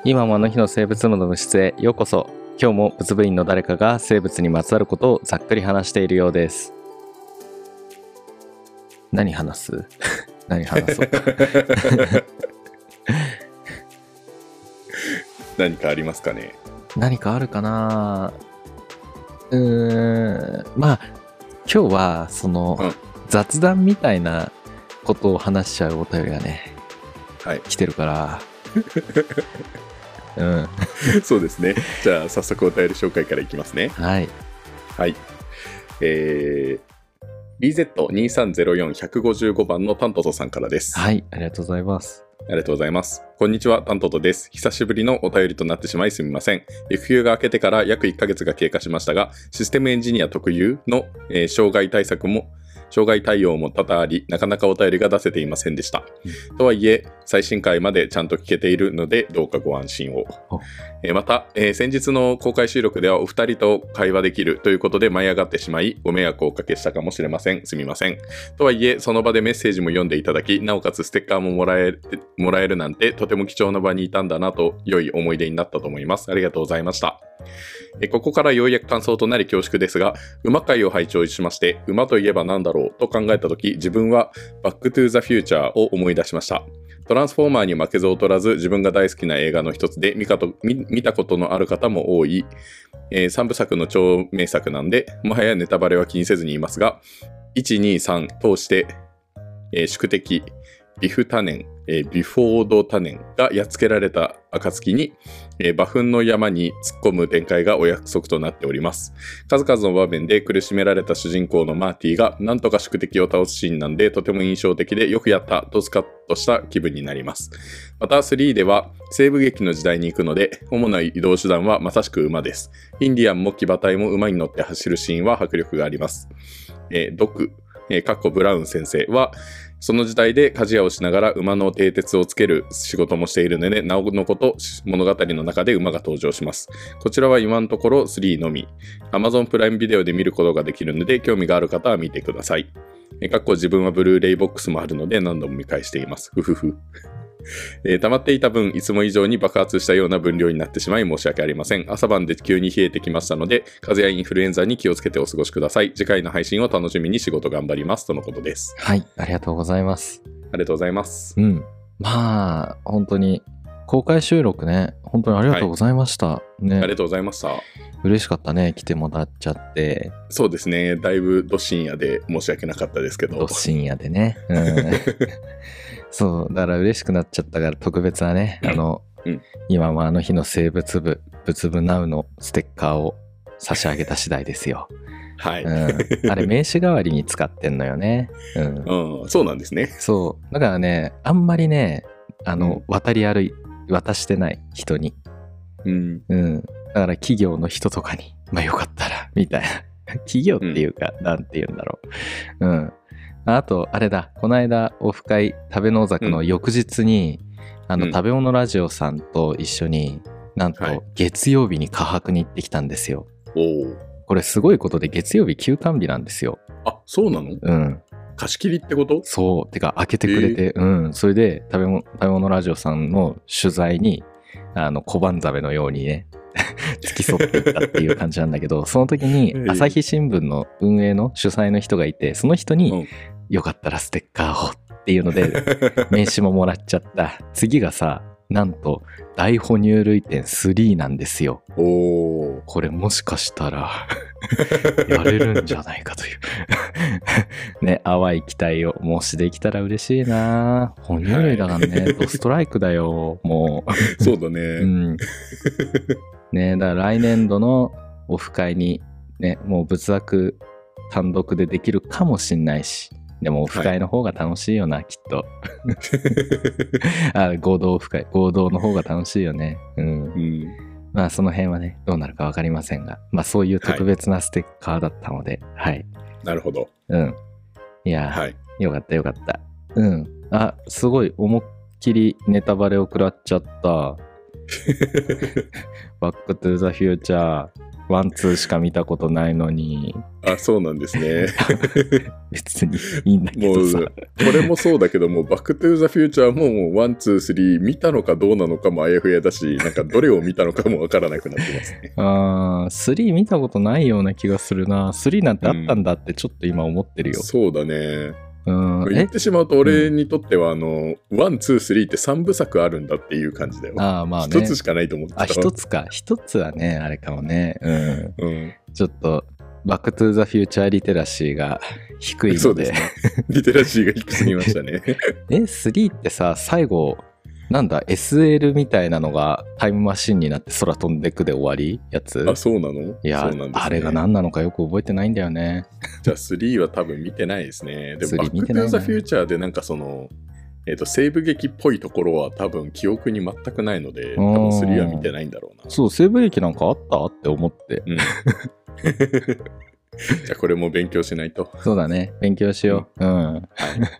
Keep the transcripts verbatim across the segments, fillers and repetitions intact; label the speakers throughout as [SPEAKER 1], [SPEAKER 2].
[SPEAKER 1] 今もあの日の生物部の部室へようこそ。今日も物部員の誰かが生物にまつわることをざっくり話しているようです。何話す何話そう
[SPEAKER 2] 何かありますかね。
[SPEAKER 1] 何かあるかな。うーんまあ今日はその、うん、雑談みたいなことを話しちゃうお便りがね、はい、来てるからうん、
[SPEAKER 2] そうですね。じゃあ早速お便り紹介からいきますね。
[SPEAKER 1] はい
[SPEAKER 2] はい。えー、ビーゼットにさんゼロよん いちごご 番のタントトさんからです。
[SPEAKER 1] はい、ありがとうございます。
[SPEAKER 2] ありがとうございます。こんにちは、タントトです。久しぶりのお便りとなってしまいすみません。育休が明けてから約いっかげつが経過しましたが、システムエンジニア特有の、えー、障害対策も障害対応も多々あり、なかなかお便りが出せていませんでした。うん、とはいえ、最新回までちゃんと聞けているので、どうかご安心を。えー、また、えー、先日の公開収録ではお二人と会話できるということで舞い上がってしまい、ご迷惑をおかけしたかもしれません。すみません。とはいえ、その場でメッセージも読んでいただき、なおかつステッカーももらえ、もらえるなんて、とても貴重な場にいたんだなと、良い思い出になったと思います。ありがとうございました。えここからようやく感想となり恐縮ですが、馬会を拝聴しまして、馬といえば何だろうと考えたとき、自分はバックトゥーザフューチャーを思い出しました。トランスフォーマーに負けず劣らず、自分が大好きな映画の一つで 見, かと 見, 見たことのある方も多い、えー、さんぶさくの超名作なんで、もはやネタバレは気にせずに言いますが、いち、に、さん通して、えー、宿敵、ビフ多年、えー、ビフォード多年がやっつけられた暁に、えー、馬糞の山に突っ込む展開がお約束となっております。数々の場面で苦しめられた主人公のマーティがなんとか宿敵を倒すシーンなんでとても印象的でよくやったとスカッとした気分になります。またスリーでは西部劇の時代に行くので主な移動手段はまさしく馬です。インディアンも騎馬隊も馬に乗って走るシーンは迫力があります。えー、ドク、えー、かっこブラウン先生はその時代で鍛冶屋をしながら馬の蹄鉄をつける仕事もしているので、なおのこと物語の中で馬が登場します。こちらは今のところスリーのみ。Amazon プライムビデオで見ることができるので、興味がある方は見てください。えかっこ自分はブルーレイボックスもあるので何度も見返しています。ふふふ。えー、溜まっていた分いつも以上に爆発したような分量になってしまい申し訳ありません。朝晩で急に冷えてきましたので風邪やインフルエンザに気をつけてお過ごしください。次回の配信を楽しみに仕事頑張りますとのことです。
[SPEAKER 1] はい、ありがとうございます。
[SPEAKER 2] ありがとうございます。
[SPEAKER 1] うん、まあ本当に公開収録ね、本当にありがとうございました、はい、ね、
[SPEAKER 2] ありがとうございました。
[SPEAKER 1] 嬉しかったね、来てもらっちゃって。
[SPEAKER 2] そうですね、だいぶど深夜で申し訳なかったですけど。
[SPEAKER 1] ど深夜でね、うんそうだから嬉しくなっちゃったから特別なね、あの、うん、今もあの日の生物部物部ナウのステッカーを差し上げた次第ですよ。
[SPEAKER 2] はい、
[SPEAKER 1] うん、あれ名刺代わりに使ってんのよね、
[SPEAKER 2] うんうん、そうなんですね。
[SPEAKER 1] そうだからね、あんまりね、あの、うん、渡り歩い渡してない人に、
[SPEAKER 2] うん
[SPEAKER 1] うん、だから企業の人とかにまあよかったらみたいな企業っていうか、うん、なんて言うんだろう、うん、あとあれだ、この間オフ会食べ農作の翌日に、うん、あの食べ物ラジオさんと一緒になんと月曜日に科博に行ってきたんですよ。
[SPEAKER 2] おお、
[SPEAKER 1] これすごいことで月曜日休館日なんですよ。
[SPEAKER 2] あ、そうなの？
[SPEAKER 1] うん。
[SPEAKER 2] 貸し切りってこと？
[SPEAKER 1] そう。てか開けてくれて、えー、うん。それで食べ物、食べ物ラジオさんの取材にあの小判ザメのようにね付き添っていったっていう感じなんだけど、その時に朝日新聞の運営の主催の人がいて、その人に、うん、よかったらステッカーをっていうので名刺ももらっちゃった。次がさ、なんと大哺乳類店スリーなんですよ。
[SPEAKER 2] おー、
[SPEAKER 1] これもしかしたらやれるんじゃないかというね、淡い期待をもしできたら嬉しいな。哺乳類だからね、ドストライクだよも
[SPEAKER 2] うそうだね、
[SPEAKER 1] うん、ね、だから来年度のオフ会にね、もう仏作単独でできるかもしんないし、でもオフ会の方が楽しいよな、はい、きっとあ、合同オフ会、合同の方が楽しいよね、うん、うん、まあその辺はねどうなるか分かりませんが、まあそういう特別なステッカーだったので、はい、はい、
[SPEAKER 2] なるほど、
[SPEAKER 1] うん、いや、はい、よかったよかった、うん、あ、すごい思いっきりネタバレを食らっちゃったバックトゥーザフューチャー、 ワンツーしか見たことないのに。
[SPEAKER 2] あ、そうなんですね。
[SPEAKER 1] 別にいいんだけどさ。
[SPEAKER 2] もう、これもそうだけども、バックトゥーザフューチャーももうワン、ツー、スリー見たのかどうなのかもあやふやだし、なんかどれを見たのかもわからなくなってますね。
[SPEAKER 1] あー、スリー見たことないような気がするな。スリーなんてあったんだってちょっと今思ってるよ。
[SPEAKER 2] うん、そうだね。
[SPEAKER 1] うん、
[SPEAKER 2] 言ってしまうと俺にとってはあの、ワン、ツー、スリーってさんぶさくあるんだっていう感じだよ。
[SPEAKER 1] ああ、まあね。
[SPEAKER 2] 一つしかないと思ってた。
[SPEAKER 1] あ、一つか。一つはね、あれかもね。うん。
[SPEAKER 2] うん、
[SPEAKER 1] ちょっと、バックトゥーザフューチャーリテラシーが低いので。
[SPEAKER 2] そうですね。リテラシーが低すぎましたね。
[SPEAKER 1] え、スリーってさ、最後、なんだ、エスエル みたいなのがタイムマシンになって空飛んでくで終わりやつ？
[SPEAKER 2] あ、そうなの？
[SPEAKER 1] いや、
[SPEAKER 2] そうなんですね、
[SPEAKER 1] あれが何なのかよく覚えてないんだよね。
[SPEAKER 2] じゃあスリーは多分見てないですね。でもバックトゥー
[SPEAKER 1] スリー見てないな
[SPEAKER 2] ザフューチャーでなんかその、えっ、と、西部劇っぽいところは多分記憶に全くないので、多分スリーは見てないんだろうな。
[SPEAKER 1] そう、西部劇なんかあったって思って。
[SPEAKER 2] うん、じゃあこれも勉強しないと。
[SPEAKER 1] そうだね。勉強しよう。うん。うん、はい。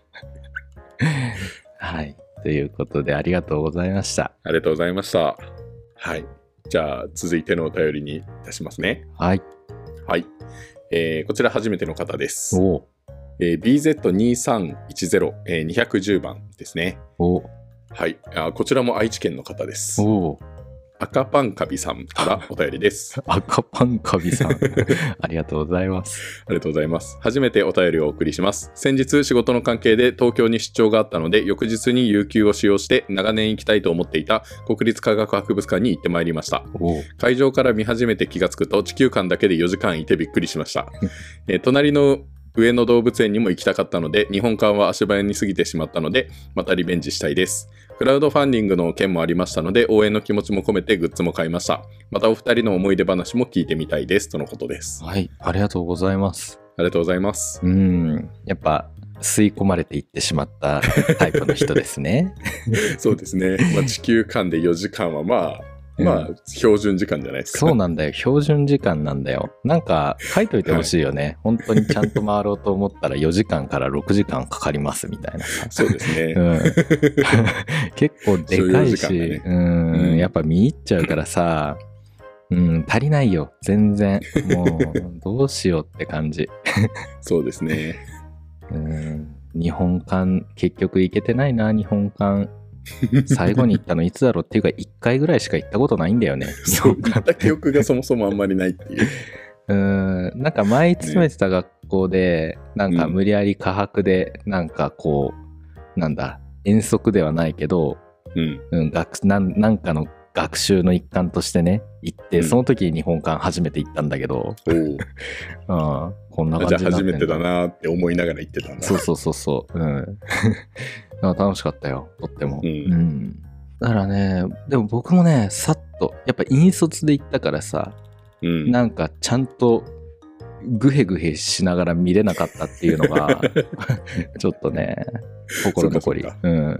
[SPEAKER 1] はい。ということで、ありがとうございました。
[SPEAKER 2] ありがとうございました。はい。じゃあ、続いてのお便りにいたしますね。
[SPEAKER 1] はい。
[SPEAKER 2] はい。えー、こちら初めての方です。
[SPEAKER 1] お
[SPEAKER 2] えー、ビーゼットにさんいちゼロ、えー、にひゃくじゅうばんですね。
[SPEAKER 1] お
[SPEAKER 2] はい。あ、こちらも愛知県の方です。
[SPEAKER 1] お
[SPEAKER 2] 赤パンカビさんからお便りです。
[SPEAKER 1] 赤パンカビさん。ありがとうございます。
[SPEAKER 2] ありがとうございます。初めてお便りをお送りします。先日仕事の関係で東京に出張があったので、翌日に有給を使用して長年行きたいと思っていた国立科学博物館に行ってまいりました。会場から見始めて気がつくと地球館だけでよじかんいてびっくりしました。えー、隣の上野動物園にも行きたかったので、日本館は足早に過ぎてしまったので、またリベンジしたいです。クラウドファンディングの件もありましたので、応援の気持ちも込めてグッズも買いました。またお二人の思い出話も聞いてみたいです。とのことです。
[SPEAKER 1] はい、ありがとうございます。
[SPEAKER 2] ありがとうございます。
[SPEAKER 1] うん、やっぱ吸い込まれていってしまったタイプの人ですね。
[SPEAKER 2] そうですね。まあ、地球間でよじかんはまあ、まあ、標準時間じゃないですか。
[SPEAKER 1] そうなんだよ。標準時間なんだよ。なんか書いといてほしいよね。はい、本当にちゃんと回ろうと思ったらよじかんからろくじかんかかりますみたいな。
[SPEAKER 2] そうですね。
[SPEAKER 1] うん、結構でかいし、ね、うん、うん、やっぱ見入っちゃうからさ、うん、足りないよ。全然。もう、どうしようって感じ。
[SPEAKER 2] そうですね。
[SPEAKER 1] うん、日本館、結局行けてないな、日本館。最後に行ったのいつだろうっていうかいっかいぐらいしか行ったことないんだよね。
[SPEAKER 2] そう行った記憶がそもそもあんまりないっていう。
[SPEAKER 1] うーんなんか前勤めてた学校で、ね、なんか無理やり科博でなんかこう、うん、なんだ遠足ではないけど、うんうん、学なん、なんかの学習の一環としてね行って、うん、その時に日本館初めて行ったんだけど、うん、こんな感じになってんだ。
[SPEAKER 2] じゃあ初めてだなって思いながら行ってたんだ。
[SPEAKER 1] そうそうそうそう、うん、楽しかったよとっても、うんうん、だからねでも僕もねさっとやっぱ引率で行ったからさ、うん、なんかちゃんとグヘグヘしながら見れなかったっていうのがちょっとね心残り、うんうん、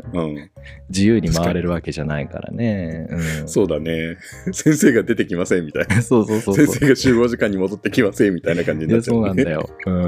[SPEAKER 1] 自由に回れるわけじゃないからね、
[SPEAKER 2] うん、そうだね先生が出てきませんみたいな
[SPEAKER 1] そうそうそう
[SPEAKER 2] そう先生が集合時間に戻ってきませんみたいな感じになっちゃう、ね、
[SPEAKER 1] そうなんだよ、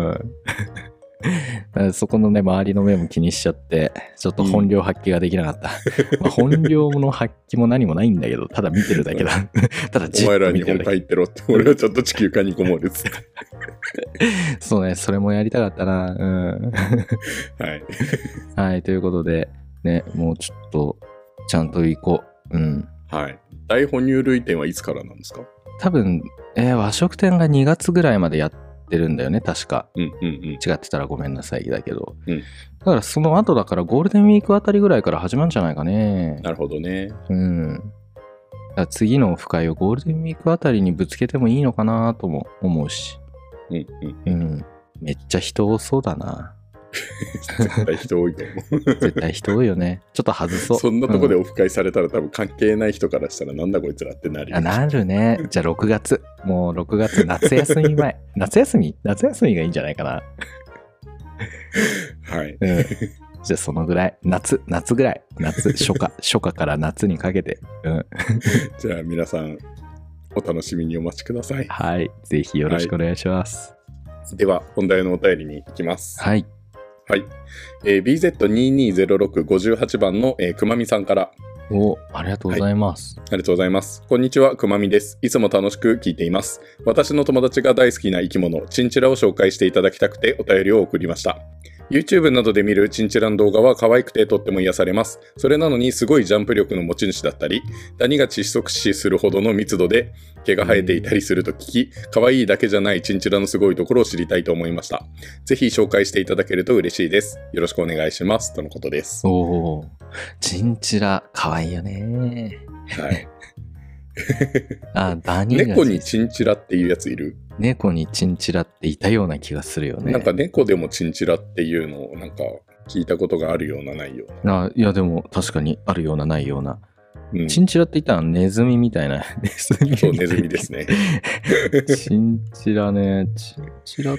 [SPEAKER 1] うん、そこのね周りの目も気にしちゃってちょっと本領発揮ができなかった、うんまあ、本領の発揮も何もないんだけどただ見てるだけだただじっと見てるだけ。お前ら日本
[SPEAKER 2] 館行ってろって俺はちょっと地球館にこもるっつって
[SPEAKER 1] そうねそれもやりたかったな、うん
[SPEAKER 2] はい
[SPEAKER 1] はいということでねもうちょっとちゃんと行こう。うん
[SPEAKER 2] はい大哺乳類展はいつからなんですか？
[SPEAKER 1] 多分、えー、和食店がにがつぐらいまでやってるんだよね確か、うんうんうん、違ってたらごめんなさいだけど、うん、だからその後だからゴールデンウィークあたりぐらいから始まるんじゃないかね。
[SPEAKER 2] なるほどね。
[SPEAKER 1] うんだから次のオフ会をゴールデンウィークあたりにぶつけてもいいのかなとも思うし、うんうんうん、めっちゃ人多そうだな
[SPEAKER 2] 絶対人多いと思う
[SPEAKER 1] 絶対人多いよね。ちょっと外そう。
[SPEAKER 2] そんなとこでオフ会されたら、うん、多分関係ない人からしたらなんだこいつらってなるよ。
[SPEAKER 1] あなるね。じゃあろくがつもうろくがつ夏休み前夏休み夏休みがいいんじゃないかな
[SPEAKER 2] はい、うん、
[SPEAKER 1] じゃあそのぐらい夏夏ぐらい夏初夏初夏から夏にかけて、うん、
[SPEAKER 2] じゃあ皆さんお楽しみにお待ちください。
[SPEAKER 1] はいぜひよろしくお願いします、
[SPEAKER 2] はい、では本題のお便りに行きます。
[SPEAKER 1] はい
[SPEAKER 2] はい、えー、ビーゼットにーにーゼロろくごじゅうはち 番の、えー、くまみさんから
[SPEAKER 1] お、ありがとうございます。
[SPEAKER 2] はい、ありがとうございます。こんにちは、くまみです。いつも楽しく聞いています。私の友達が大好きな生き物、チンチラを紹介していただきたくてお便りを送りました。YouTube などで見るチンチラの動画は可愛くてとっても癒されます。それなのにすごいジャンプ力の持ち主だったり、ダニが窒息死するほどの密度で毛が生えていたりすると聞き、可愛いだけじゃないチンチラのすごいところを知りたいと思いました。ぜひ紹介していただけると嬉しいです。よろしくお願いします。とのことです。
[SPEAKER 1] おー、チンチラ可愛いよね。
[SPEAKER 2] はい。
[SPEAKER 1] あ、ダニが
[SPEAKER 2] 猫にチンチラっていうやついる？
[SPEAKER 1] 猫にチンチラっていたような気がするよね。
[SPEAKER 2] なんか猫でもチンチラっていうのをなんか聞いたことがあるようなないような。
[SPEAKER 1] あ、いやでも確かにあるようなないような。
[SPEAKER 2] うん、
[SPEAKER 1] チンチラって言ったらネズミみたいな。ネズミ。
[SPEAKER 2] そう、ネズミですね。
[SPEAKER 1] チンチラね。チンチラって、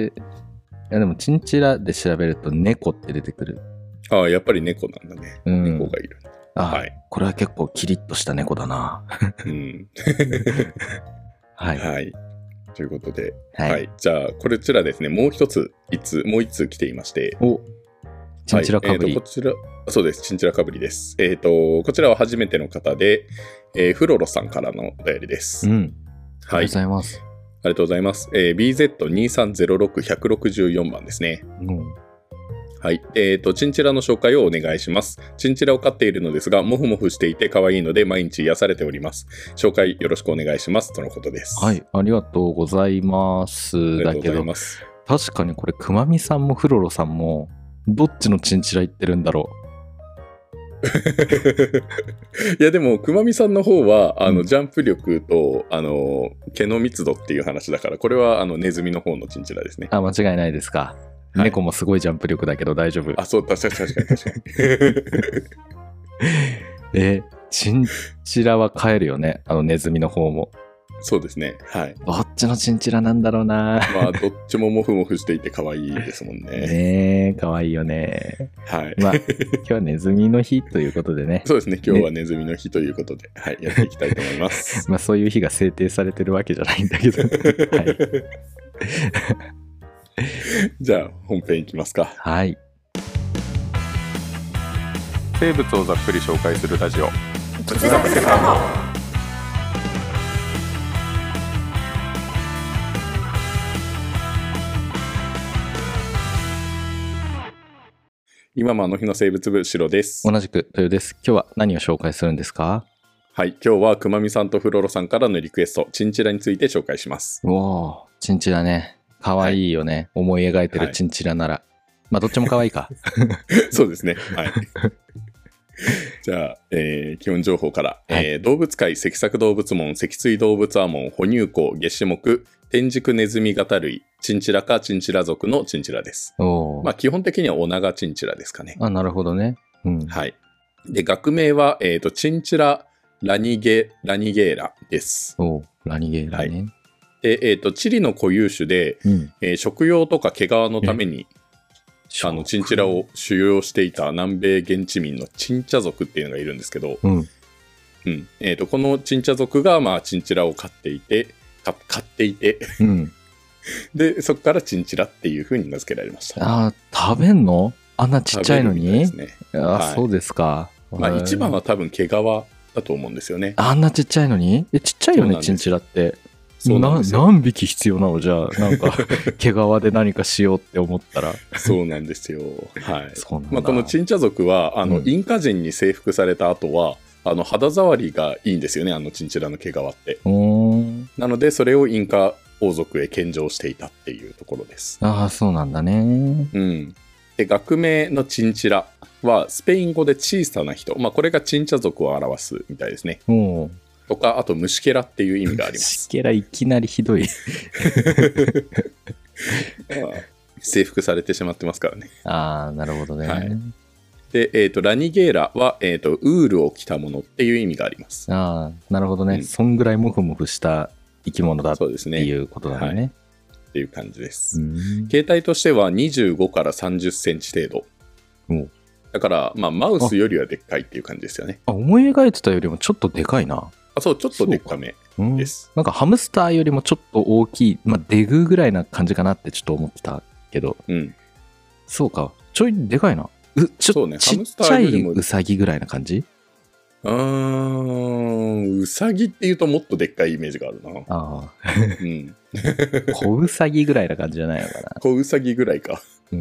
[SPEAKER 1] いやでもチンチラで調べると猫って出てくる。
[SPEAKER 2] ああ、やっぱり猫なんだね。うん、猫がいる。
[SPEAKER 1] あ、はい。これは結構キリッとした猫だな。
[SPEAKER 2] うん。
[SPEAKER 1] はい。
[SPEAKER 2] はい。ということで、
[SPEAKER 1] はい。
[SPEAKER 2] はい、じゃあ、こちらですね、もう一つ、いつ、もう一通来ていまして。
[SPEAKER 1] お、チンチラかぶり。
[SPEAKER 2] はい、えー、こちら、そうです、チンチラかぶりです。えっ、ー、と、こちらは初めての方で、えー、フロロさんからのお便りです。
[SPEAKER 1] うん。はい。ありがとうございます。
[SPEAKER 2] ありがとうございます。えー、ビーゼットにさんゼロろくいちろくよん 番ですね。
[SPEAKER 1] うん。
[SPEAKER 2] はい。えっと、チンチラの紹介をお願いします。チンチラを飼っているのですが、もふもふしていて可愛いので、毎日癒されております。紹介よろしくお願いします。とのことです。
[SPEAKER 1] はい。ありがとうございます。
[SPEAKER 2] ありがとうございます。
[SPEAKER 1] 確かにこれ、くまみさんもフロロさんも、どっちのチンチラ言ってるんだろ
[SPEAKER 2] う。いや、でも、くまみさんの方は、あの、うん、ジャンプ力と、あの、毛の密度っていう話だから、これは、あの、ネズミの方のチンチラですね。
[SPEAKER 1] あ、間違いないですか。はい、猫もすごいジャンプ力だけど大丈夫。
[SPEAKER 2] あ、そう、確かに確かに確かに。
[SPEAKER 1] え、チンチラは飼えるよね、あのネズミの方も。
[SPEAKER 2] そうですね。はい。
[SPEAKER 1] どっちのチンチラなんだろうな。
[SPEAKER 2] まあ、どっちもモフモフしていて可愛いですもんね。
[SPEAKER 1] ねえ、可愛いよね。
[SPEAKER 2] はい。
[SPEAKER 1] まあ、今日はネズミの日ということでね。
[SPEAKER 2] そうですね。今日はネズミの日ということで、ね、はい、やっていきたいと思います。
[SPEAKER 1] まあ、そういう日が制定されてるわけじゃないんだけど。はい。
[SPEAKER 2] じゃあ本編いきますか。
[SPEAKER 1] はい。
[SPEAKER 2] 生物をざっくり紹介するラジオ。
[SPEAKER 3] 哲学セカンド。
[SPEAKER 2] 今もあの日の生物部シロです。
[SPEAKER 1] 同じく豊です。今日は何を紹介するんですか？
[SPEAKER 2] はい、今日はくまみさんとフロロさんからのリクエスト、チンチラについて紹介します。
[SPEAKER 1] おー、チンチラね。かわいいよね、はい、思い描いてるチンチラなら、はい、まあどっちもかわいいか。
[SPEAKER 2] そうですね。はい。じゃあ、えー、基本情報から、はい、えー、動物界脊索動物門、脊椎動物亜門、哺乳綱、月歯目、天竺ネズミ型類、チンチラかチンチラ属のチンチラです。
[SPEAKER 1] お、
[SPEAKER 2] まあ基本的にはオナガチンチラですかね。
[SPEAKER 1] あ、なるほどね。うん、
[SPEAKER 2] はい。で、学名は、えっと、チンチララニゲラニゲーラです。
[SPEAKER 1] お、ラニゲーラね。はい、
[SPEAKER 2] で、えっと、チリの固有種で、うん、えー、食用とか毛皮のために、あのチンチラを収容していた南米現地民のチンチャ族っていうのがいるんですけど、
[SPEAKER 1] うん
[SPEAKER 2] うんえー、とこのチンチャ族が、まあ、チンチラを飼っていてか飼っていて、
[SPEAKER 1] うん、
[SPEAKER 2] でそこからチンチラっていう風に名付けられました。
[SPEAKER 1] あ、食べんの？あんなちっちゃいのに？
[SPEAKER 2] ですね、
[SPEAKER 1] あ、はい、そうですか。
[SPEAKER 2] まあ、一番は多分毛皮だと思うんですよね。
[SPEAKER 1] あんなちっちゃいのに？え、ちっちゃいよね、チンチラって。そうなんですよ。何匹必要なの？じゃあなんか毛皮で何かしようって思ったら。
[SPEAKER 2] そうなんですよ。はい。
[SPEAKER 1] そうなんだ。
[SPEAKER 2] まあ、このチンチャ族はあの、うん、インカ人に征服された後はあの肌触りがいいんですよね、あのチンチラの毛皮って。なのでそれをインカ王族へ献上していたっていうところです。
[SPEAKER 1] ああ、そうなんだね。
[SPEAKER 2] うん。で、学名のチンチラはスペイン語で小さな人、まあこれがチンチャ族を表すみたいですね。
[SPEAKER 1] おー。
[SPEAKER 2] とか、あと虫けらっていう意味があります。
[SPEAKER 1] 虫けらいきなりひどい。
[SPEAKER 2] 征服されてしまってますからね。
[SPEAKER 1] ああ、なるほどね。
[SPEAKER 2] はい、で、えーと、ラニゲーラは、えーと、ウールを着たものっていう意味があります。
[SPEAKER 1] ああ、なるほどね、うん。そんぐらいモフモフした生き物だっていうことだね。
[SPEAKER 2] はい、っていう感じです。形態としてはにじゅうごからさんじゅっセンチ程度。
[SPEAKER 1] お
[SPEAKER 2] だから、まあ、マウスよりはでっかいっていう感じですよね。
[SPEAKER 1] あ、思い描いてたよりもちょっとでかいな。
[SPEAKER 2] あ、そう、ちょっとでっかめです、
[SPEAKER 1] うん。なんかハムスターよりもちょっと大きい、まあ、デグーぐらいな感じかなってちょっと思ってたけど、
[SPEAKER 2] うん、
[SPEAKER 1] そうか、ちょいでかいな。うちょ、ね、ちっちゃいウサギぐらいな感じ？
[SPEAKER 2] うーん、ウサギっていうともっとでっかいイメージがあるな。
[SPEAKER 1] あ
[SPEAKER 2] うん。
[SPEAKER 1] あ。小ウサギぐらいな感じじゃないのかな。
[SPEAKER 2] 小ウサギぐらいか。
[SPEAKER 1] うん。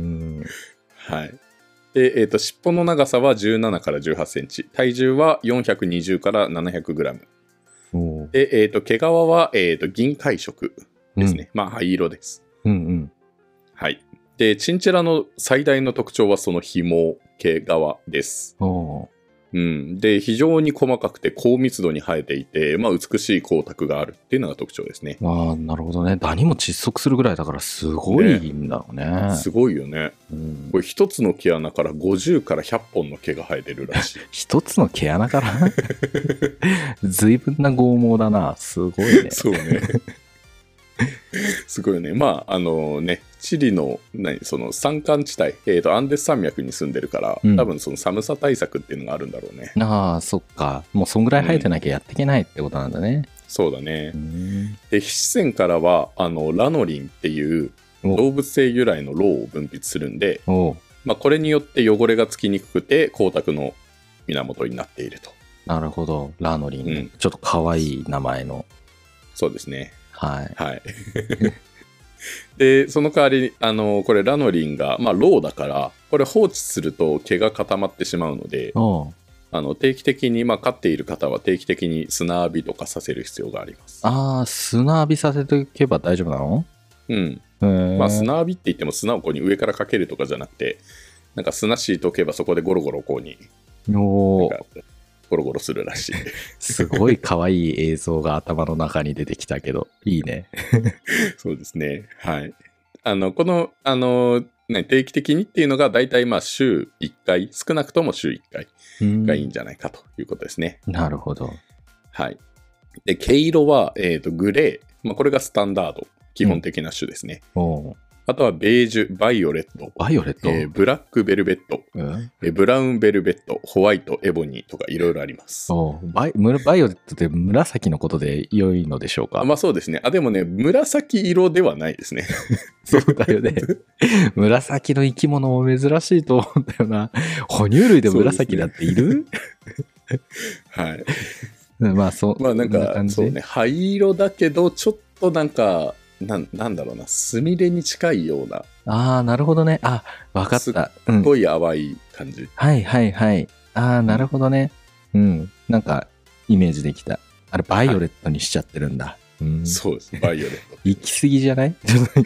[SPEAKER 2] はい。で、えっ、と、尻尾の長さはじゅうななからじゅうはちセンチ。体重はよんひゃくにじゅうからななひゃくグラム。
[SPEAKER 1] おう
[SPEAKER 2] で、えっ、と、毛皮は、えっ、と、銀灰色ですね。まあ、灰色です。
[SPEAKER 1] うんうん。
[SPEAKER 2] はい。で、チンチラの最大の特徴はその紐、毛皮です。
[SPEAKER 1] おう
[SPEAKER 2] うん。で、非常に細かくて高密度に生えていて、まあ、美しい光沢があるっていうのが特徴ですね。
[SPEAKER 1] ああ、なるほどね。ダニも窒息するぐらいだからすごいんだろうね。
[SPEAKER 2] すごいよね。
[SPEAKER 1] うん、
[SPEAKER 2] これ一つの毛穴からごじゅうからひゃっぽんの毛が生えてるらしい。
[SPEAKER 1] 一つの毛穴から随分な剛毛だな。すごいね。
[SPEAKER 2] そうね。すごいよね。まあ、あのね、チリの、何、その山間地帯、えーと、アンデス山脈に住んでるから、
[SPEAKER 1] うん
[SPEAKER 2] 多分その寒さ対策っていうのがあるんだろうね。
[SPEAKER 1] ああ、そっか。もうそんぐらい生えてなきゃやっていけないってことなんだね。
[SPEAKER 2] そうだね
[SPEAKER 1] う。ん
[SPEAKER 2] で、皮脂腺からは、あの、ラノリンっていう
[SPEAKER 1] お
[SPEAKER 2] 動物性由来のロウを分泌するんで、
[SPEAKER 1] おう
[SPEAKER 2] まあ、これによって汚れがつきにくくて、光沢の源になっていると。
[SPEAKER 1] なるほど。ラノリン、
[SPEAKER 2] うん
[SPEAKER 1] ちょっと可愛い名前の。
[SPEAKER 2] そうですね。
[SPEAKER 1] はい。
[SPEAKER 2] はい。で、その代わり、あの、これラノリンが、まあ、ローだから、これ放置すると毛が固まってしまうので、
[SPEAKER 1] おう
[SPEAKER 2] あの定期的に、まあ、飼っている方は定期的に砂浴びとかさせる必要があります。
[SPEAKER 1] ああ、砂浴びさせておけば大丈夫なの？
[SPEAKER 2] うん。
[SPEAKER 1] へー
[SPEAKER 2] まあ、砂浴びって言っても砂をこうに上からかけるとかじゃなくて、なんか砂敷いておけばそこでゴロゴロこうに、
[SPEAKER 1] おー
[SPEAKER 2] なんかゴロゴロするらしい。
[SPEAKER 1] すごい可愛い映像が頭の中に出てきたけど、いいね。
[SPEAKER 2] そうですね。はい。あの、この、あの、ね、定期的にっていうのが大体まあ週いっかい、少なくとも週いっかい
[SPEAKER 1] うん
[SPEAKER 2] がいいんじゃないかということですね。
[SPEAKER 1] なるほど。
[SPEAKER 2] はい。で、毛色は、えっと、グレー。まあ、これがスタンダード。基本的な種ですね。
[SPEAKER 1] おう
[SPEAKER 2] あとは、ベージュ、バイオレット、
[SPEAKER 1] バイオレット、
[SPEAKER 2] えーブラックベルベット、
[SPEAKER 1] うん
[SPEAKER 2] えーブラウンベルベット、ホワイト、エボニーとかいろいろあります。
[SPEAKER 1] おうバイむバイオレットって紫のことで良いのでしょうか？
[SPEAKER 2] あまあそうですね。あ、でもね、紫色ではないですね。
[SPEAKER 1] そうだよね。紫の生き物も珍しいと思うんだよな。哺乳類で紫だっている？
[SPEAKER 2] はい。
[SPEAKER 1] まあそう。
[SPEAKER 2] まあなん
[SPEAKER 1] こ
[SPEAKER 2] か、
[SPEAKER 1] 感じ
[SPEAKER 2] そうね、灰色だけど、ちょっとなんか、なんなんだろうな、スミレに近いような、
[SPEAKER 1] ああ、なるほどね。あ、わかった。うん
[SPEAKER 2] す。ごい淡い感じ。
[SPEAKER 1] はいはいはい。ああ、なるほどね。うん。なんか、イメージできた。あれ、バイオレットにしちゃってるんだ。うん。
[SPEAKER 2] そうです、バイオレット。
[SPEAKER 1] 行き過ぎじゃないちょっと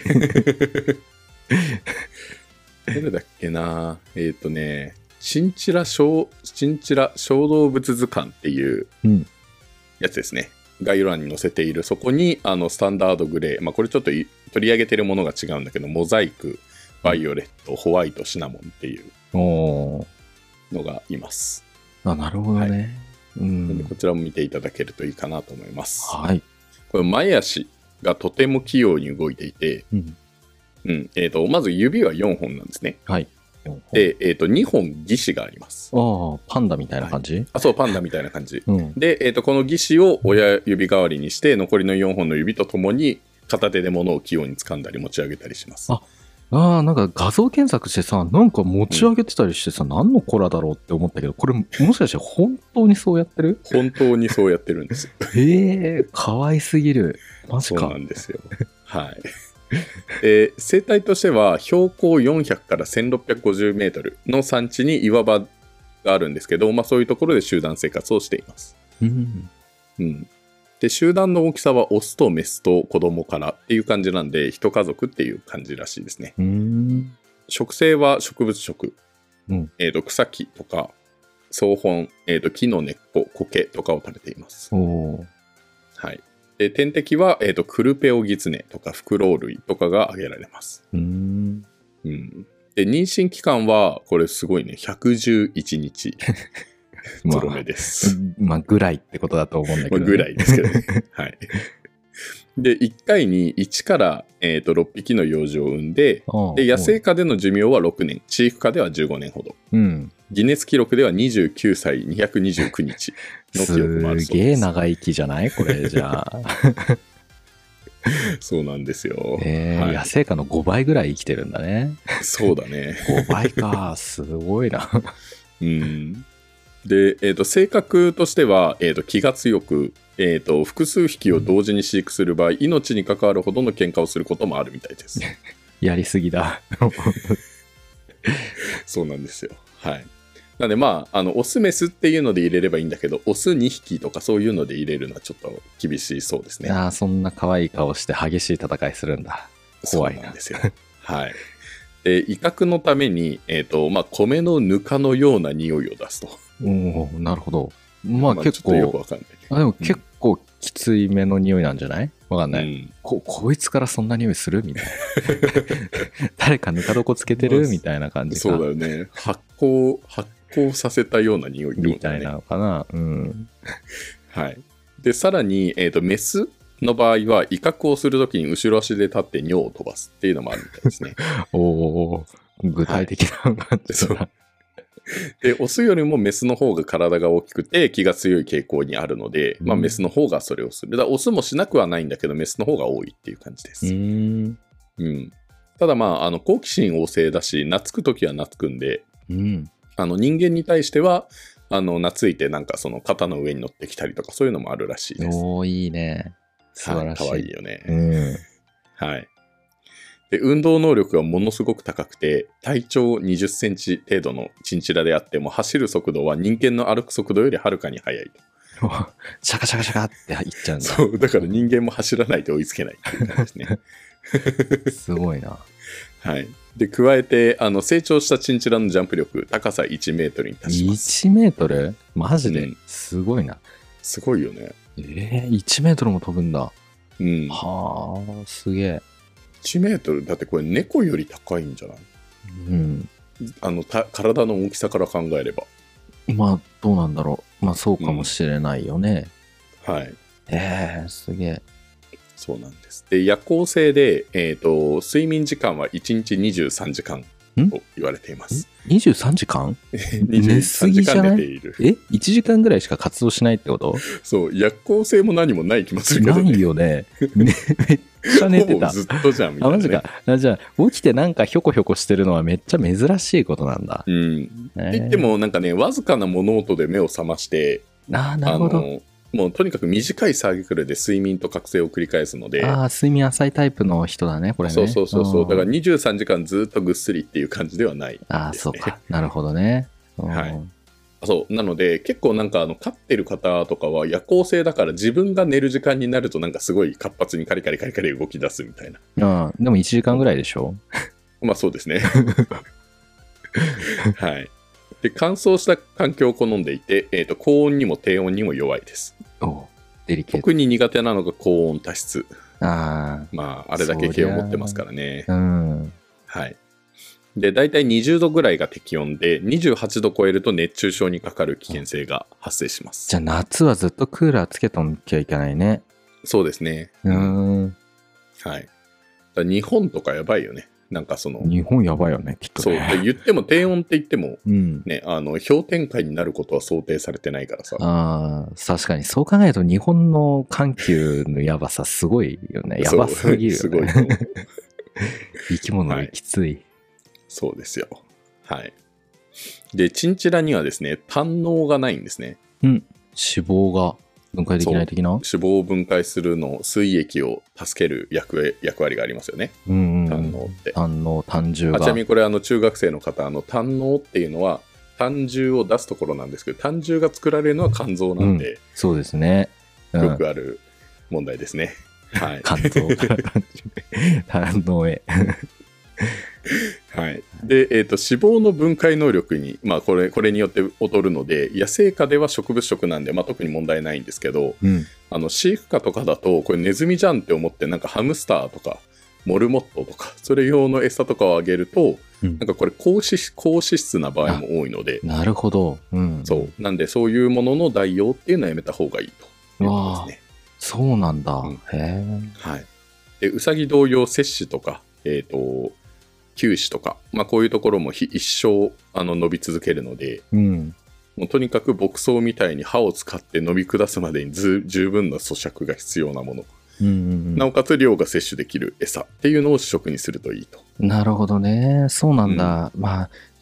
[SPEAKER 2] どれだっけなえっ、とね、チンチラ小、チンチラ小動物図鑑っていう
[SPEAKER 1] うん。
[SPEAKER 2] やつですね。概要欄に載せている、そこに、あの、スタンダードグレー、まあ、これちょっとい取り上げてるものが違うんだけど、モザイク、バイオレット、ホワイト、シナモンっていう
[SPEAKER 1] おー
[SPEAKER 2] のがいます。
[SPEAKER 1] あ、なるほどね。う
[SPEAKER 2] なので
[SPEAKER 1] ん。
[SPEAKER 2] こちらも見ていただけるといいかなと思います。
[SPEAKER 1] はい。
[SPEAKER 2] これ、前足がとても器用に動いていて、
[SPEAKER 1] うん。
[SPEAKER 2] うん、えっ、と、まず指はよんほんなんですね。
[SPEAKER 1] はい。
[SPEAKER 2] で、えっ、と、にほん義歯があります。
[SPEAKER 1] ああ、パンダみたいな感じ、
[SPEAKER 2] あ、そう、パンダみたいな感じ。
[SPEAKER 1] うん。
[SPEAKER 2] で、えー、とこの義歯を親指代わりにして残りのよんほんの指とともに片手で物を器用に掴んだり持ち上げたりします。
[SPEAKER 1] あああ、なんか画像検索してさ、なんか持ち上げてたりしてさ、何の子らだろうって思ったけど、これもしかして本当にそうやってる？
[SPEAKER 2] 本当にそうやってるんですよ。
[SPEAKER 1] へえ、かわいすぎる。マジ
[SPEAKER 2] そう
[SPEAKER 1] か。
[SPEAKER 2] なんですよ。はい。で生態としては標高よんひゃくからせんろっぴゃくごじゅうメートルの山地に岩場があるんですけど、まあ、そういうところで集団生活をしています。
[SPEAKER 1] うん。
[SPEAKER 2] うん、で集団の大きさはオスとメスと子供からっていう感じなんで一家族っていう感じらしいですね。
[SPEAKER 1] うん。
[SPEAKER 2] 食性は植物食、
[SPEAKER 1] うん
[SPEAKER 2] えー、と草木とか草本、えー、と木の根っこ苔とかを食べています。
[SPEAKER 1] おお。
[SPEAKER 2] はい、で天敵は、えー、とクルペオギツネとかフクロウ類とかが挙げられます。
[SPEAKER 1] うん。
[SPEAKER 2] うんで妊娠期間はこれすごいねひゃくじゅういちにちゾロ目です。
[SPEAKER 1] まあ、ぐらいってことだと思うんだけど、ね。
[SPEAKER 2] まあぐらいですけどね。はい。で、いっかいにいちから、えー、とろっぴきの幼児を産んで、で野生下での寿命はろくねん、飼育下ではじゅうごねんほど。
[SPEAKER 1] うん。
[SPEAKER 2] ギネス記録ではにじゅうきゅうさいにひゃくにじゅうくにちの記録もある
[SPEAKER 1] す
[SPEAKER 2] そうです。
[SPEAKER 1] げえ長生きじゃないこれじゃあ。
[SPEAKER 2] そうなんですよ。
[SPEAKER 1] えー
[SPEAKER 2] はい
[SPEAKER 1] 野生下のごばいぐらい生きてるんだね。
[SPEAKER 2] そうだね。
[SPEAKER 1] ごばいか。すごいな。
[SPEAKER 2] うん。 で、えー、と性格としては、えー、と気が強く、えー、と複数匹を同時に飼育する場合、命に関わるほどの喧嘩をすることもあるみたいです。
[SPEAKER 1] やりすぎだ。
[SPEAKER 2] そうなんですよ。はい。なのでまあ、あのオスメスっていうので入れればいいんだけど、オスにひきとかそういうので入れるのはちょっと厳しいそうですね。
[SPEAKER 1] ああ、そんな可愛い顔して激しい戦いするんだ。怖いな。
[SPEAKER 2] そうなんですよ。はい。で、威嚇のために、えーとまあ、米のぬかのような匂いを出すと。
[SPEAKER 1] おお、なるほど。まあ結構、
[SPEAKER 2] まあ、ちょっとよくわかんないけど。
[SPEAKER 1] あでも結構きついめの匂いなんじゃない？わかんない、
[SPEAKER 2] うん、
[SPEAKER 1] こ。こいつからそんな匂いするみたいな。誰かぬか床つけてる、まあ、みたいな感じか。
[SPEAKER 2] そうだよね。発酵、発酵させたような匂いってことだね。
[SPEAKER 1] みたいなのかな。うん。
[SPEAKER 2] はい。で、さらに、えーと、メスの場合は威嚇をするときに後ろ足で立って尿を飛ばすっていうのもあるみたいですね。
[SPEAKER 1] おお、具体的な感じだな。
[SPEAKER 2] はい、で、オスよりもメスの方が体が大きくて気が強い傾向にあるので、まあ、メスの方がそれをする。だからオスもしなくはないんだけど、メスの方が多いっていう感じです。
[SPEAKER 1] うーん、
[SPEAKER 2] うん、ただまあ、あの好奇心旺盛だし、懐くときは懐くんで、
[SPEAKER 1] うん、あ
[SPEAKER 2] の人間に対してはあの懐いてなんかその肩の上に乗ってきたりとかそういうのもあるらしいです。
[SPEAKER 1] おー、いいね。素晴らしい。
[SPEAKER 2] はい、かわいいよね。
[SPEAKER 1] うん、
[SPEAKER 2] はい。で、運動能力がものすごく高くて、体長にじゅっセンチ程度のチンチラであっても、走る速度は人間の歩く速度よりはるかに速いと。
[SPEAKER 1] シャカシャカシャカって言っちゃうんだ。
[SPEAKER 2] そう、だから人間も走らないと追いつけないっていう感じですね。
[SPEAKER 1] すごいな。
[SPEAKER 2] はい。で、加えて、あの、成長したチンチラのジャンプ力、高さいちメートルに達します。
[SPEAKER 1] いちメートル？マジで、
[SPEAKER 2] うん、
[SPEAKER 1] すごいな。
[SPEAKER 2] すごいよね。
[SPEAKER 1] えー、いちメートルも飛ぶんだ。
[SPEAKER 2] うん。
[SPEAKER 1] はあ、すげえ。
[SPEAKER 2] いちメートルだってこれ猫より高いんじゃない？
[SPEAKER 1] うん。
[SPEAKER 2] あのた体の大きさから考えれば。
[SPEAKER 1] まあどうなんだろう。まあそうかもしれないよね。
[SPEAKER 2] うん、はい。
[SPEAKER 1] えー、すげえ。
[SPEAKER 2] そうなんです。で、夜行性で、えーと、睡眠時間はいちにちにじゅうさんじかんと言われています。
[SPEAKER 1] にじゅうさんじかん？
[SPEAKER 2] にじゅうさんじかん寝ている。
[SPEAKER 1] え ?いちじかんぐらいしか活動しないってこと？
[SPEAKER 2] そう、夜行性も何もない気もするけど、
[SPEAKER 1] ね。ないよね。めっちゃ寝てた。
[SPEAKER 2] ほぼずっとじゃんみたいな、ね。
[SPEAKER 1] あ、マジか。あ、じゃあ、起きてなんかひょこひょこしてるのはめっちゃ珍しいことなんだ。
[SPEAKER 2] うん。えー、って言っても、なんかね、わずかな物音で目を覚まして、
[SPEAKER 1] あ、なるほど。
[SPEAKER 2] もうとにかく短いサークルで睡眠と覚醒を繰り返すので。
[SPEAKER 1] ああ、睡眠浅いタイプの人だね、これね。
[SPEAKER 2] そうそうそうそう。だからにじゅうさんじかんずっとぐっすりっていう感じではない、ね。
[SPEAKER 1] ああ、そうか。なるほどね。
[SPEAKER 2] はい。そう。なので、結構なんかあの、飼ってる方とかは夜行性だから自分が寝る時間になるとなんかすごい活発にカリカリカリカリ動き出すみたいな。
[SPEAKER 1] ああ、でもいちじかんぐらいでしょ？
[SPEAKER 2] まあそうですね。はい。で、乾燥した環境を好んでいて、えーと、高温にも低温にも弱いです。
[SPEAKER 1] おデリケート。
[SPEAKER 2] 特に苦手なのが高温多湿。
[SPEAKER 1] ああ。
[SPEAKER 2] まあ、あれだけ毛を持ってますからね。
[SPEAKER 1] うん。
[SPEAKER 2] はい。で、だいたいにじゅうどぐらいが適温で、にじゅうはちど超えると熱中症にかかる危険性が発生します。
[SPEAKER 1] じゃあ夏はずっとクーラーつけとんきゃいけないね。
[SPEAKER 2] そうですね。
[SPEAKER 1] うん。
[SPEAKER 2] はい。だ日本とかやばいよね。なんかその
[SPEAKER 1] 日本やばいよね、きっとね。
[SPEAKER 2] そう。で言っても低温って言っても、
[SPEAKER 1] うん、
[SPEAKER 2] ね、あの氷点下になることは想定されてないからさ。
[SPEAKER 1] ああ、確かにそう考えると日本の環境のやばさすごいよね。やばすぎるよね。
[SPEAKER 2] すごい。
[SPEAKER 1] 生き物にきつい、はい。
[SPEAKER 2] そうですよ。はい。で、チンチラにはですね、胆のうがないんですね。
[SPEAKER 1] うん。脂肪が分解できない的な？
[SPEAKER 2] 脂肪を分解するの、水液を助ける 役, 役割がありますよね。
[SPEAKER 1] うんうん、
[SPEAKER 2] 胆のうって。
[SPEAKER 1] 胆のう、胆汁が。
[SPEAKER 2] ちなみにこれあの中学生の方、あの胆のうっていうのは胆汁を出すところなんですけど、胆汁が作られるのは肝臓なんで、うん、
[SPEAKER 1] そうですね、
[SPEAKER 2] うん、よくある問題ですね。はい。
[SPEAKER 1] 肝臓から胆のうへ。
[SPEAKER 2] はい、で、えーと、脂肪の分解能力に、まあ、これ、これによって劣るので、野生下では植物食なんで、まあ、特に問題ないんですけど、うん、あの飼育下とかだとこれネズミじゃんって思ってなんかハムスターとかモルモットとかそれ用の餌とかをあげると、うん、なんかこれ高脂質、高脂質な場合も多いので、
[SPEAKER 1] なるほど、うん、
[SPEAKER 2] そうなんでそういうものの代用っていうのはやめた方がいいということですね。
[SPEAKER 1] そうなんだ、うん、へえ、
[SPEAKER 2] はい。でウサギ同様摂取とか、えーと臼歯とか、まあ、こういうところも一生あの伸び続けるので、うん、もうとにかく牧草みたいに歯を使って伸び下すまでにず十分な咀嚼が必要なもの、うんうんうん、なおかつ量が摂取できる餌っていうのを主食にするといいと。
[SPEAKER 1] なるほどね、そうなんだ、うん、まあ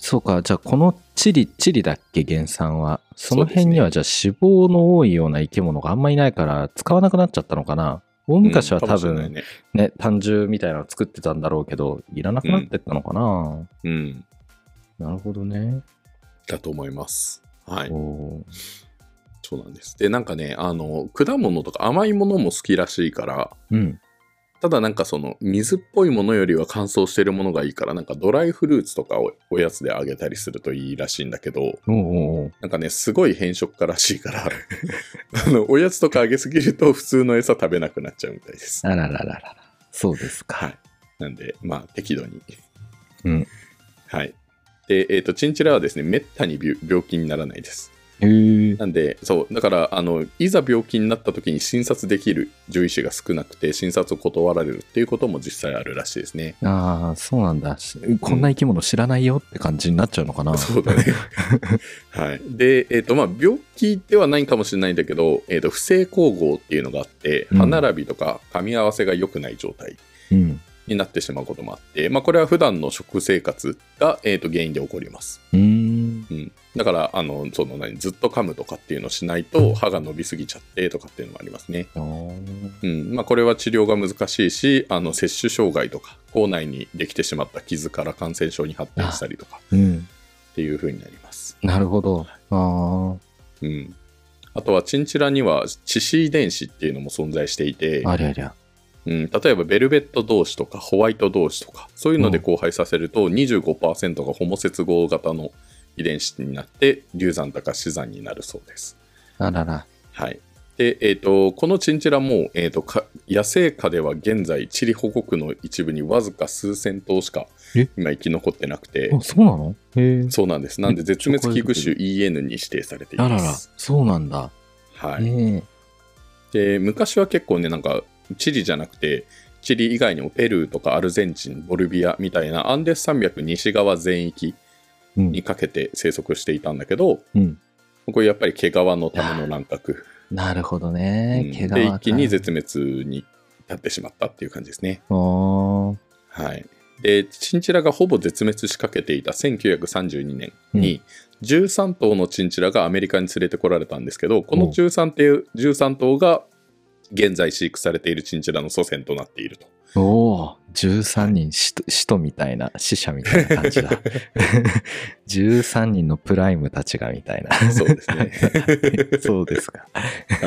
[SPEAKER 1] そうか、じゃあこのチリ、チリだっけ、原産は。その辺にはじゃあ脂肪の多いような生き物があんまいないから使わなくなっちゃったのかな。大昔は多分、うんね、ね、単獣みたいなの作ってたんだろうけど、いらなくなってったのかな。うん。
[SPEAKER 2] うん、
[SPEAKER 1] なるほどね。
[SPEAKER 2] だと思います。はい。そうなんです。で、なんかね、あの、果物とか甘いものも好きらしいから、
[SPEAKER 1] うん。
[SPEAKER 2] ただなんかその水っぽいものよりは乾燥してるものがいいからなんかドライフルーツとかをおやつであげたりするといいらしいんだけど、
[SPEAKER 1] おうおう、
[SPEAKER 2] なんかねすごい変色化らしいからあのおやつとかあげすぎると普通の餌食べなくなっちゃうみたいです。
[SPEAKER 1] あららららら、そうですか。
[SPEAKER 2] はい。なんでまあ適度に。
[SPEAKER 1] うん。
[SPEAKER 2] はい。で、えっとチンチラはですねめったに病気にならないです。
[SPEAKER 1] へ
[SPEAKER 2] なんでそうだからあのいざ病気になった時に診察できる獣医師が少なくて診察を断られるっていうことも実際あるらしいですね。
[SPEAKER 1] ああ、そうなんだ。こんな生き物知らないよって感じになっちゃうのかな。
[SPEAKER 2] うん、そうだね。はい。で、えっとまあ病気ではないかもしれないんだけど、えっと不正光合っていうのがあって、歯並びとか噛み合わせが良くない状態になってしまうこともあって、まあこれは普段の食生活が、えっと原因で起こります。
[SPEAKER 1] うーん。
[SPEAKER 2] うん、だからあのその何ずっと噛むとかっていうのをしないと歯が伸びすぎちゃってとかっていうのもありますね。うんまあ、これは治療が難しいしあの摂取障害とか口内にできてしまった傷から感染症に発展したりとかっていう風になります。
[SPEAKER 1] なるほど。あ、
[SPEAKER 2] うん、あとはチンチラには致死遺伝子っていうのも存在していて、
[SPEAKER 1] ありゃりゃ、
[SPEAKER 2] うん、例えばベルベット同士とかホワイト同士とかそういうので交配させると にじゅうごパーセント がホモ接合型の遺伝子になって流産とか死産になるそうです。
[SPEAKER 1] あらら。
[SPEAKER 2] はい。で、えーと、このチンチラも、えーと、か野生下では現在チリ保護区の一部にわずか数千頭しか今生き残ってなくて。
[SPEAKER 1] あ、そうなの？へえ。
[SPEAKER 2] そうなんです。なんで絶滅危惧種 イーエヌ に指定されています。
[SPEAKER 1] あらら、そうなんだ。
[SPEAKER 2] はい。で、昔は結構ね、なんかチリじゃなくてチリ以外にもペルーとかアルゼンチン、ボルビアみたいなアンデス山脈西側全域にかけて生息していたんだけど、うん、これやっぱり毛皮のための乱獲。
[SPEAKER 1] なるほどね、
[SPEAKER 2] うん、で一気に絶滅になってしまったっていう感じですね。はい。でチンチラがほぼ絶滅しかけていたせんきゅうひゃくさんじゅうにねんにじゅうさん頭のチンチラがアメリカに連れてこられたんですけど、このじゅうさん頭が現在飼育されているチンチラの祖先となっていると。
[SPEAKER 1] おお、じゅうさんにん、使徒みたいな、死者みたいな感じだ。じゅうさんにんのプライムたちがみたいな。
[SPEAKER 2] そうですね。
[SPEAKER 1] そうですか。
[SPEAKER 2] はい。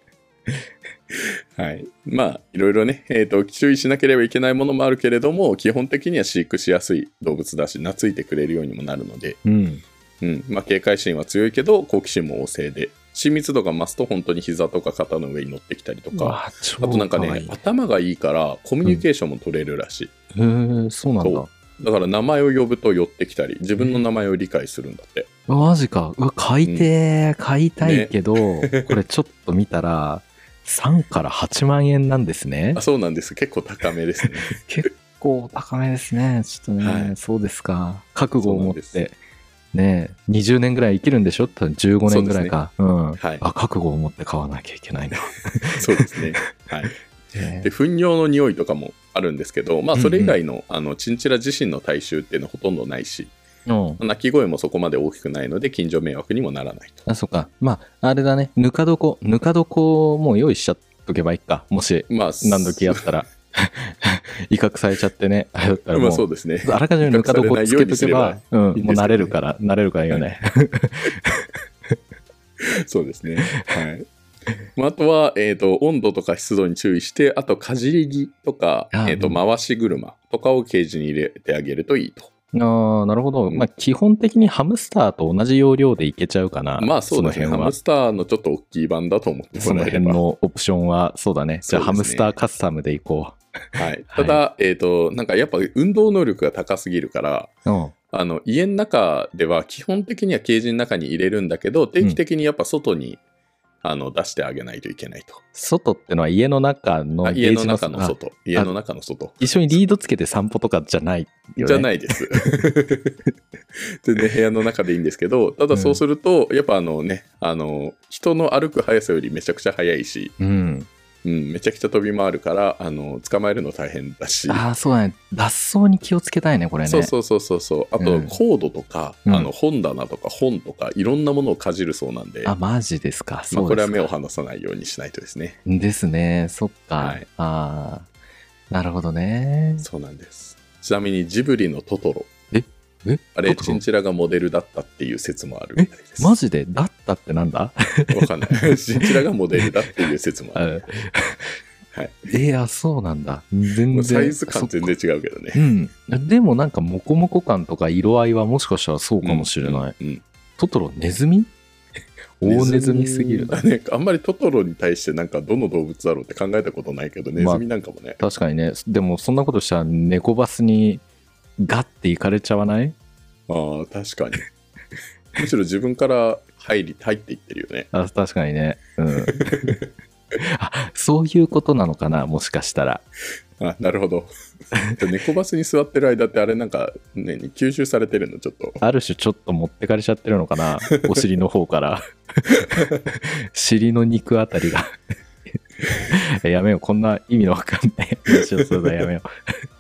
[SPEAKER 2] はい。まあ、いろいろね、えっと、注意しなければいけないものもあるけれども、基本的には飼育しやすい動物だし、懐いてくれるようにもなるので、うん。うん。まあ、警戒心は強いけど、好奇心も旺盛で、親密度が増すと本当に膝とか肩の上に乗ってきたりとか、あとなんかね、頭がいいからコミュニケーションも取れるらしい。
[SPEAKER 1] うん、へえ、そうなんだ。
[SPEAKER 2] だから名前を呼ぶと寄ってきたり、自分の名前を理解するんだって。
[SPEAKER 1] マジか。うわ、買いてー、うん、買いたいけど、ね、これちょっと見たらさんからはちまんえんなんですね。
[SPEAKER 2] あ、そうなんです。結構高めですね。
[SPEAKER 1] 結構高めですね。ちょっとね、はい、そうですか。覚悟を持って。ねえ、にじゅうねんぐらい生きるんでしょ？多分じゅうごねんぐらいか。うね、うん、はい。あ、覚悟を持って買わなきゃいけないな。
[SPEAKER 2] そうですね。はい。で、糞尿の匂いとかもあるんですけど、まあ、それ以外の、うんうん、あの、チンチラ自身の体臭っていうのはほとんどないし、うん、鳴き声もそこまで大きくないので、近所迷惑にもならないと。
[SPEAKER 1] あ、そっか。まあ、あれだね。ぬか床、ぬか床もう用意しちゃっとけばいいか。もし、まあ、何時やったら。威嚇されちゃってね、あれだったらもう、まあそうですね、あらかじめぬか床つけとけば、うん、もう慣れるから、慣れるからいいよね。
[SPEAKER 2] そうですね。はい。まあ、あとは、えっと、温度とか湿度に注意して、あと、かじり着とか、えっと、回し車とかをケージに入れてあげるといいと。
[SPEAKER 1] ああ、なるほど。うん、まあ、基本的にハムスターと同じ要領でいけちゃうかな。
[SPEAKER 2] まあそうですね。ハムスターのちょっと大きい版だと思ってもらえれば。
[SPEAKER 1] その辺のオプションは、そうだね。じゃあ、ね、ハムスターカスタムでいこう。
[SPEAKER 2] はい。ただ、はい、えっと、なんかやっぱ運動能力が高すぎるから、うん、あの、家の中では基本的にはケージの中に入れるんだけど、定期的にやっぱ外に、うん、あの出してあげないといけないと。
[SPEAKER 1] 外ってのは家の中の
[SPEAKER 2] 家の中の外。家の中の外。
[SPEAKER 1] 一緒にリードつけて散歩とかじゃないよね。
[SPEAKER 2] じゃないです。全然部屋の中でいいんですけど、ただそうすると、うん、やっぱあのね、あの、人の歩く速さよりめちゃくちゃ速いし、うんうん、めちゃくちゃ飛び回るからあの捕まえるの大変だし。
[SPEAKER 1] ああ、そうだね。脱走に気をつけたいね、これね。
[SPEAKER 2] そうそうそうそうそう。あと、
[SPEAKER 1] うん
[SPEAKER 2] コードとか、
[SPEAKER 1] うん
[SPEAKER 2] あの本棚とか本とかいろんなものをかじるそうなんで、
[SPEAKER 1] あ、マジですか。
[SPEAKER 2] まあ、
[SPEAKER 1] そうですか。
[SPEAKER 2] これは目を離さないようにしないとですね。
[SPEAKER 1] ですね。そっか。
[SPEAKER 2] はい
[SPEAKER 1] ああ、なるほどね。
[SPEAKER 2] そうなんです。ちなみにジブリのトトロ、
[SPEAKER 1] え
[SPEAKER 2] あれ
[SPEAKER 1] トトロ
[SPEAKER 2] チンチラがモデルだったっていう説もあるみたいです。
[SPEAKER 1] マジでだったってなんだ？
[SPEAKER 2] わかんない。チンチラがモデルだっていう説もある。はい。
[SPEAKER 1] えー、あ、そうなんだ。全然。
[SPEAKER 2] サイズ感全然違うけどね。
[SPEAKER 1] うん。でもなんかモコモコ感とか色合いはもしかしたらそうかもしれない。
[SPEAKER 2] うんうん
[SPEAKER 1] トトロネズミ？大ネズミすぎるな。
[SPEAKER 2] ね、あんまりトトロに対してなんかどの動物だろうって考えたことないけど、ネズミなんかもね。
[SPEAKER 1] 確かにね。でもそんなことしたら猫バスにガッて行かれちゃわない？
[SPEAKER 2] ああ、確かに。むしろ自分から入り入っていってるよね。
[SPEAKER 1] あ、確かにね。うん。あ、そういうことなのかな、もしかしたら。
[SPEAKER 2] あ、なるほど。猫バスに座ってる間ってあれなんか、ね、吸収されてるのちょっと。
[SPEAKER 1] ある種ちょっと持ってかれちゃってるのかな、お尻の方から。尻の肉あたりが。やめよう、こんな意味のわかんない話をするのやめよ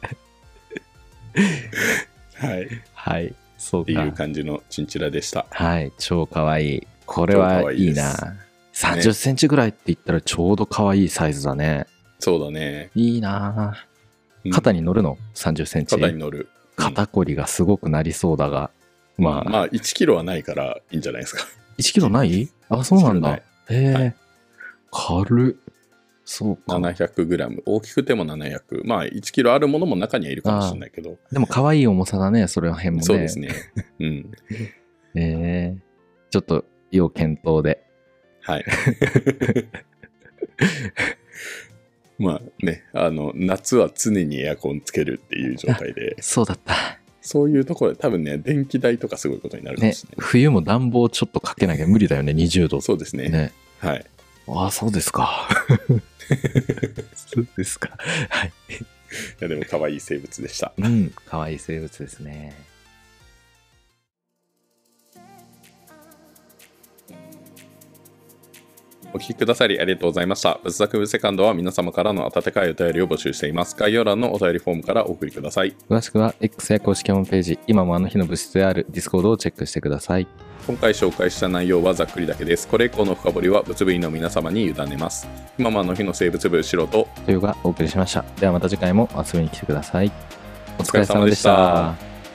[SPEAKER 1] う。
[SPEAKER 2] はい。っ
[SPEAKER 1] はい、そうか。
[SPEAKER 2] ていう感じのチンチラでした。
[SPEAKER 1] はい、超かわいい。これはいいな。さんじゅっセンチぐらいって言ったらちょうどかわいいサイズだね。
[SPEAKER 2] そうだね。
[SPEAKER 1] いいな。
[SPEAKER 2] うん
[SPEAKER 1] 肩に乗るの ?さんじゅっセンチ。
[SPEAKER 2] 肩に乗る。
[SPEAKER 1] 肩こりがすごくなりそうだが。まあ、
[SPEAKER 2] まあ、いちキロはないからいいんじゃないですか。
[SPEAKER 1] いちキロないあ、そうなんだ。へえ、
[SPEAKER 2] はい
[SPEAKER 1] 軽っ。そうか。
[SPEAKER 2] ななひゃくグラム。大きくてもななひゃく。まあ、いちキロあるものも中にはいるかもしれないけど。
[SPEAKER 1] でも可愛い重さだね、それは辺もね。
[SPEAKER 2] そうですね。うん。
[SPEAKER 1] えー、ちょっと要検討で。
[SPEAKER 2] はい。まあね、あの、夏は常にエアコンつけるっていう状態で、
[SPEAKER 1] そうだった。
[SPEAKER 2] そういうところで多分ね、電気代とかすごいことになるかも
[SPEAKER 1] ね
[SPEAKER 2] しれない。、
[SPEAKER 1] 冬も暖房ちょっとかけなきゃ無理だよね、にじゅうど。
[SPEAKER 2] そうですね。
[SPEAKER 1] ね。
[SPEAKER 2] はい。
[SPEAKER 1] ああ、そうですか。そうですか。はい。
[SPEAKER 2] いや、でも可愛い生物でした。
[SPEAKER 1] うん、可愛い生物ですね。
[SPEAKER 2] お聞きくださりありがとうございました。仏作部セカンドは皆様からの温かいお便りを募集しています。概要欄のお便りフォームからお送りください。
[SPEAKER 1] 詳しくは X や公式ホームページ、今もあの日の物質である Discord をチェックしてください。
[SPEAKER 2] 今回紹介した内容はざっくりだけです。これ以降の深掘りは仏部員の皆様に委ねます。今もあの日の生物部白と
[SPEAKER 1] というがお送りしました。ではまた次回も遊びに来てください。お疲れ
[SPEAKER 2] お疲れ様で
[SPEAKER 1] 様でし。
[SPEAKER 2] したた。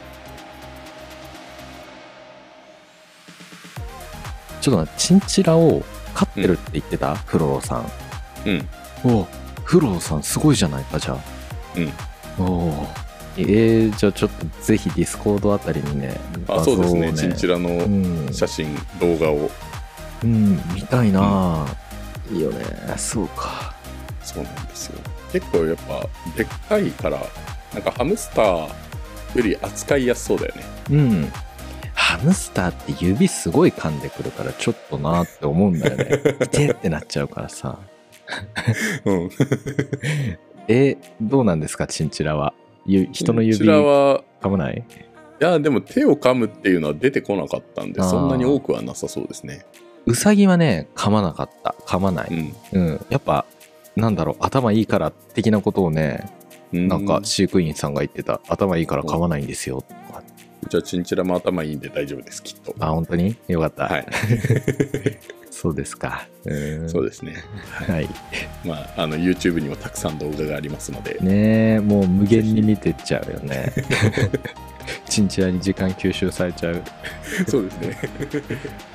[SPEAKER 1] ちょっと待って、チンチラを飼ってるって言ってた、フロロさん。
[SPEAKER 2] うん。
[SPEAKER 1] おフロロさんすごいじゃないか、じゃあ。
[SPEAKER 2] うん。
[SPEAKER 1] おお。えー、じゃあちょっとぜひディスコードあたりにね、
[SPEAKER 2] あ、そうですね。
[SPEAKER 1] 画像を
[SPEAKER 2] チンチラ
[SPEAKER 1] う
[SPEAKER 2] の
[SPEAKER 1] ん、
[SPEAKER 2] 写真、動画を。
[SPEAKER 1] うん、見たいな、いいよね。そうか。
[SPEAKER 2] そうなんですよ。結構やっぱ、でっかいから、なんかハムスターより扱いやすそうだよね。
[SPEAKER 1] うん。ハムスターって指すごい噛んでくるからちょっとなって思うんだよね。痛ってなっちゃうからさ。
[SPEAKER 2] うん。
[SPEAKER 1] え、どうなんですか、チンチラは。ゆ人の指
[SPEAKER 2] チンチラは、
[SPEAKER 1] 噛まない？
[SPEAKER 2] いや、でも手を噛むっていうのは出てこなかったんで、
[SPEAKER 1] あー
[SPEAKER 2] そんなに多くはなさそうですね。
[SPEAKER 1] ウサギはね、噛まなかった。噛まな
[SPEAKER 2] う
[SPEAKER 1] い。
[SPEAKER 2] ん。
[SPEAKER 1] うん。やっぱ、なんだろう、頭いいから的なことをね、
[SPEAKER 2] う
[SPEAKER 1] なんか飼育員さんが言ってた。頭いいから噛まないんですよ。とか
[SPEAKER 2] じゃあ、チンチラも頭いいんで大丈夫です、きっと。
[SPEAKER 1] あ、本当によかった。
[SPEAKER 2] はい。
[SPEAKER 1] そうですか。うん
[SPEAKER 2] そうですね。
[SPEAKER 1] はい。
[SPEAKER 2] まあ、あの、YouTube にもたくさん動画がありますので、
[SPEAKER 1] ねえ、もう無限に見てっちゃうよね。チンチラに時間吸収されちゃう。
[SPEAKER 2] そうですね。